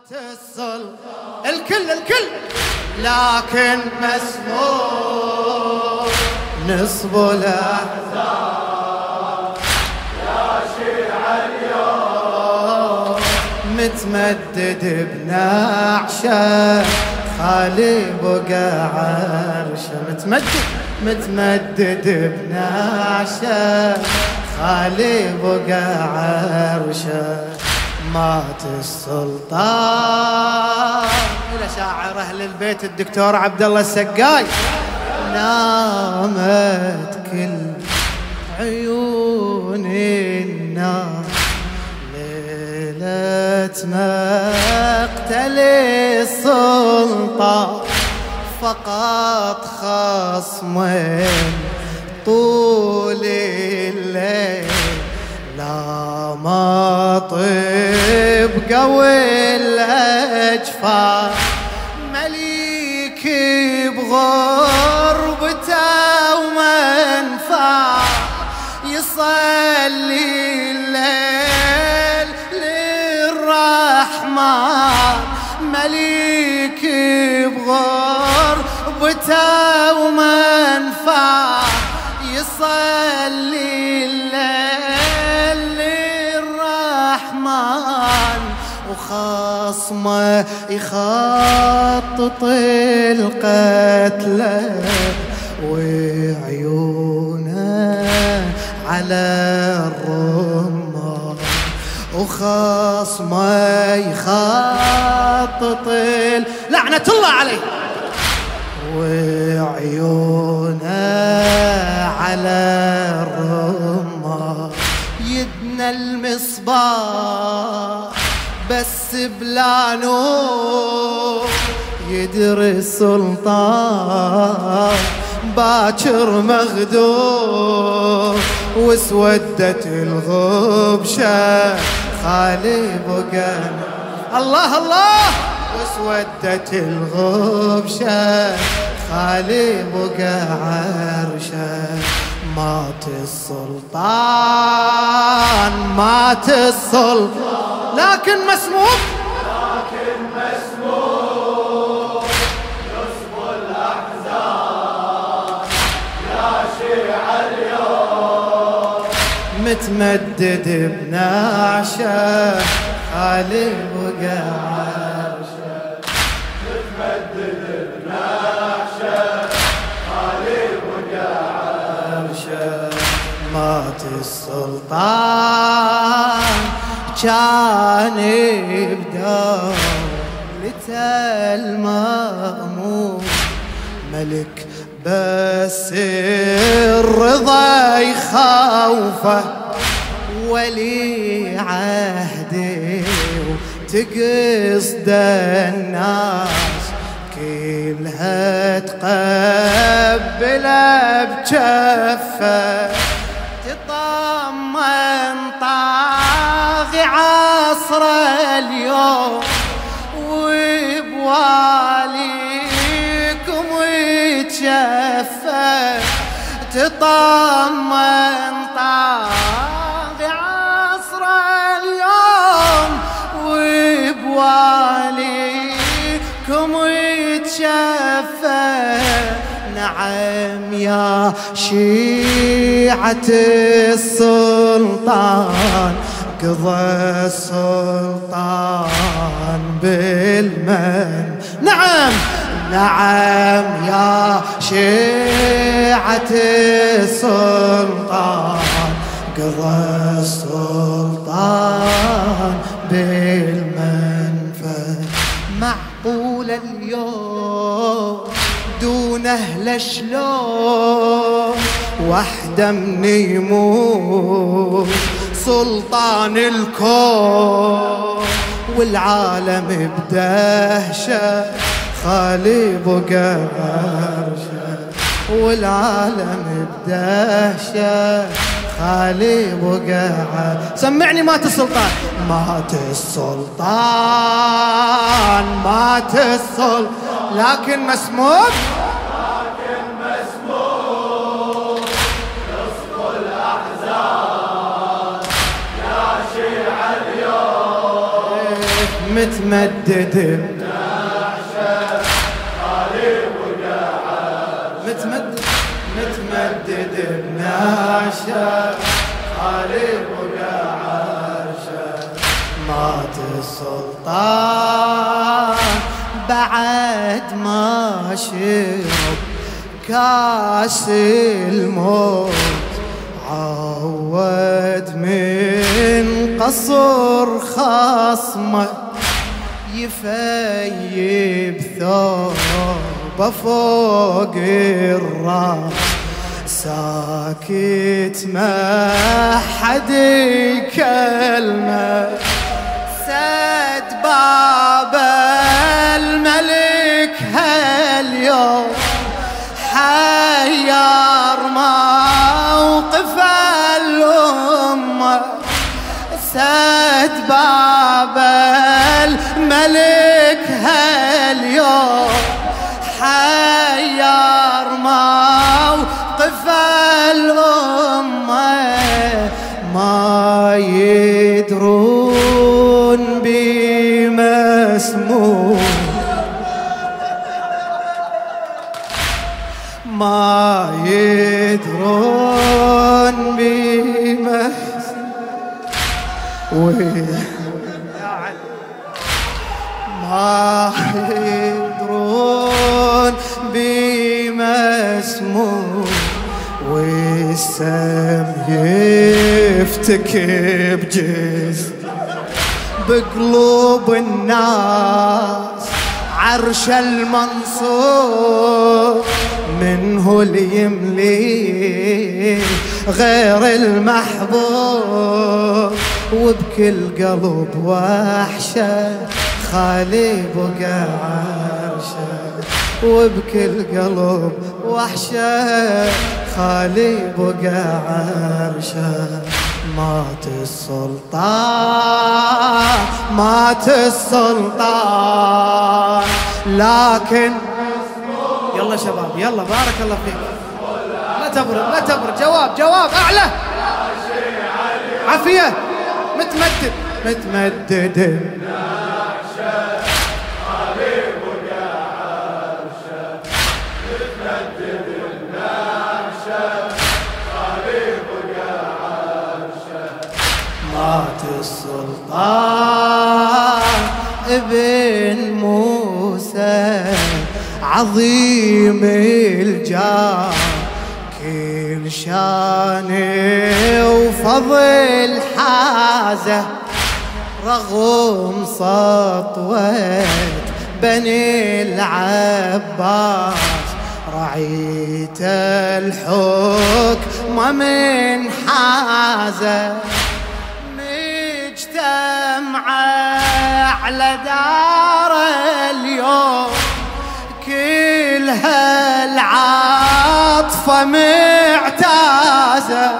السلطان الكل لكن مسموع نصب الأحزاب يا شيع اليوم متمدد بنعشه خالي بقى عرشه متمدد بنعشه خالي بقى عرشه مات السلطان. إلى شاعر أهل البيت الدكتور عبد الله السقاي. نامت كل عيون الناس ليلة مقتل السلطان فقط خصمين طول الليل لا ما طيب قوي الأجفاف مليك بغربته ومنفع يصلي الليل للرحمن مليك بغربته ومنفع يصلي وخصمه يخطط القتلى وعيونه على الرمال وخصمه يخطط لعنة الله عليه وعيونه على الرمال يدنى المصباح بس بلا نور يدري السلطان باكر مغدور واسودت الغبشة خالي بقى الله الله واسودت الغبشة خالي بقى عرشه مات السلطان مات السلطان لكن مسموم نصب الأحزان يا شيع اليوم متمدد بنعشه خالي بقى عرشه متمدد بنعشه خالي بقى عرشه مات السلطان كان بدولة المأمون ملك بس الرضا يخوفه ولي عهده وتقصد الناس كلها تقبله بجفه تطمن طاغي عصر اليوم وبواليكم ويتشفى تطمن طاغي عصر اليوم وبواليكم ويتشفى نعم يا شيعة السلطان قضى السلطان بالمن نعم نعم يا شيعة السلطان قضى السلطان بالمنفذ معقول اليوم دونه لشلون وحده من يموت سلطان الكون والعالم بدهشه خالي بقى عرشه والعالم بدهشه خالي بقى عرشه سمعني مات السلطان مات السلطان مات السلطان لكن مسموم نصب الأحزان يا شيع اليوم متمدد متمدد بنعشه خالي بقى عرشه مات السلطان بعد ما شرب كاس الموت عود من قصر خصمه يفيب ثوبه فوق الراس ساكت ما حد يكلمه سد باب الملك هاليوم حير موقف الأمة سد باب الملك هاليوم حير موقف الأمة ما يدرون بما اسمه ما يدرون بما ما يدرون بما اسمه والسم يفتك بجسم بقلوب الناس عرش المنصور منه اللي يملي غير المحبوب وبكل قلب وحشة خالي بقى عرشه وبكل قلب وحشة خالي بقى عرشه مات السلطان مات السلطان لكن يلا شباب يلا بارك الله فيك لا تبرد لا تبرد جواب أعلى عافية متمدد مات السلطان ابن موسى عظيم الجاه كل شانه وفضل حازه رغم سطوة بني العباس رعيت الحكم من حازه على دار اليوم كل هالعاطفة معتازة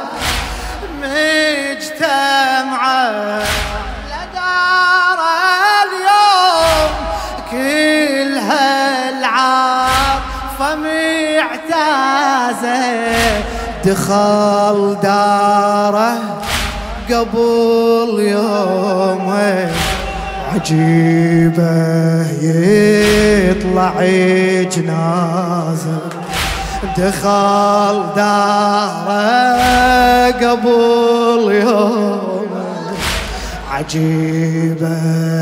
مجتمعة على دار اليوم كل هالعاطفة معتازة دخل داره قبل يومين عجيبة يطلع جنازة دخل داره قبل يومين عجيبة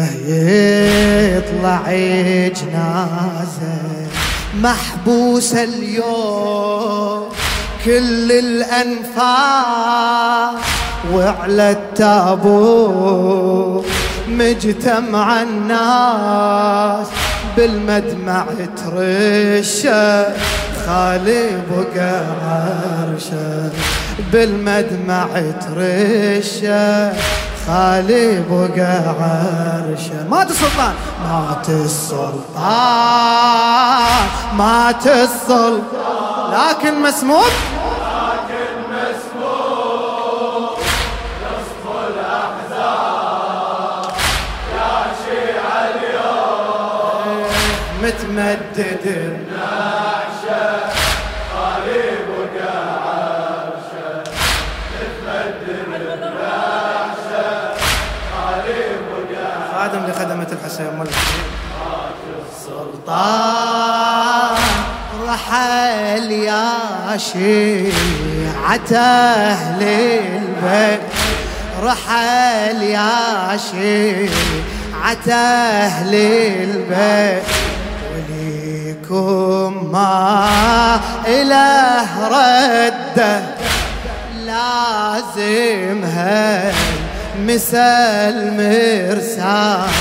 يطلع جنازة محبوس اليوم كل الأنفاس وعلى التابوت مجتمع الناس بالمدمع ترشه خالي بقى عرشه بالمدمع ترشه خالي بقى عرشه مات السلطان مات السلطان لكن مسموم متمدد بنعشه خالي بقى عرشه متمدد بنعشه خالي بقى خادم لخدمة الحسين مال سلطان رحل يا شيعة أهل البيت، رحل يا شيعة أهل البيت، وليكم ما إله رده، لازمها مثل مرسال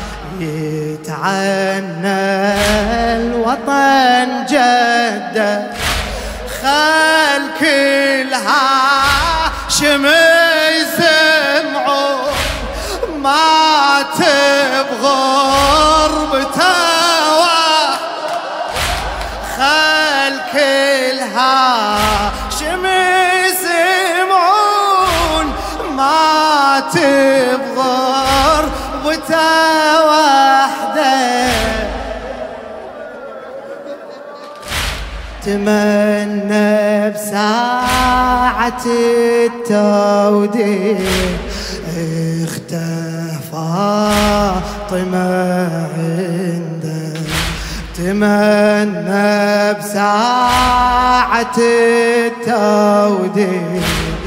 يتعنى الوطن جده، خل كلها شمس يسمعوا مات بغربته، خل كلها شمس يسمعون مات بغربته وحده، تمنى بساعة التوديع اختفى فاطمة عنده، تمنى بساعة التوديع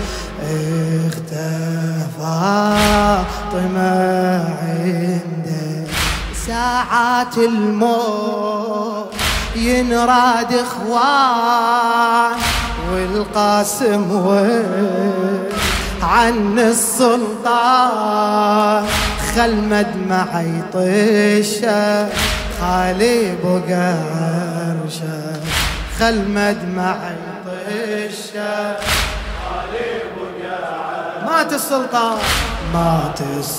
اختفى فاطمة عنده، ساعات الموت ينراد اخوان والقاسم وين عن السلطان، خل مدمع يطشه خالي بقى عرشه، خل مدمع يطشه خالي بقى عرشه، مات السلطان مات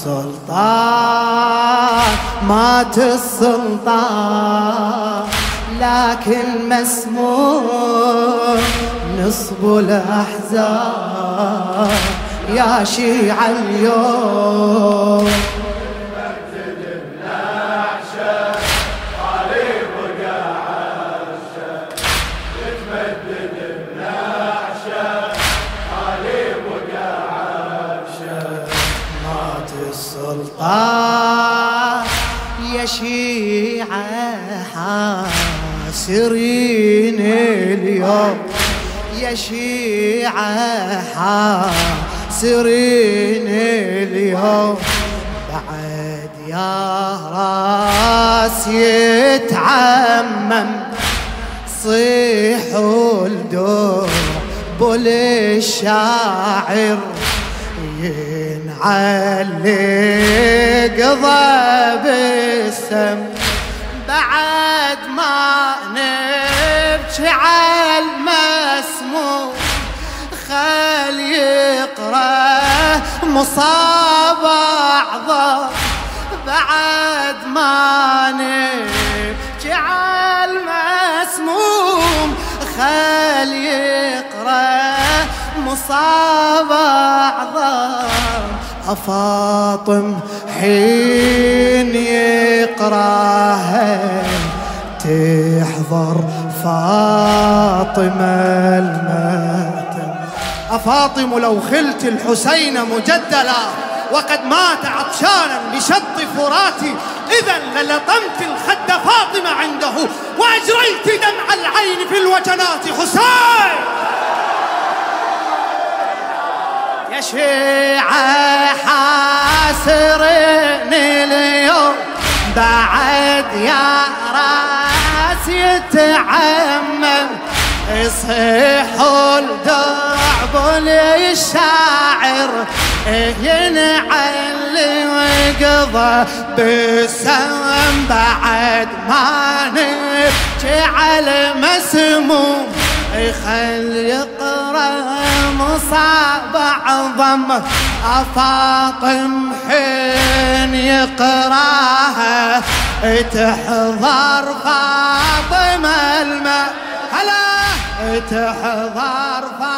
السلطان مات السلطان، لكن مسموع نصب الأحزان يا شيعة اليوم، تمجد النعشة علي بقى عرشه، تمجد النعشة علي بقى عرشه، مات السلطان يا شيعة حاسرين اليوم، يا شيعة حاسرين اليوم، بعد يا راس يتعمم صيحوا الدور بول الشاعر، ينعلق ضب السم بعد ما نبكي على المسموع، خل يقرأ مصاب أعظم بعد ما نبكي على المسموم، خل يقرأ مصاب أعظم، أفاطم حين يقراها تحضر فاطمة الماتم، أفاطم لو خلت الحسين مجدلا وقد مات عطشانا بشط فراتي، إذا للطمت الخد فاطمة عنده وأجريت دمع العين في الوجنات. حسين يا شيعة حاسرين اليوم، بعد يا راس يتعمم يصيحوا الدعب للشاعر، ينعلي ويقضى بالسم بعد ما نبكي على مسموم، يخل يقرأ مصاب أعظم، أفاطم حين يقراها تحضر فاطمة هلا تحضر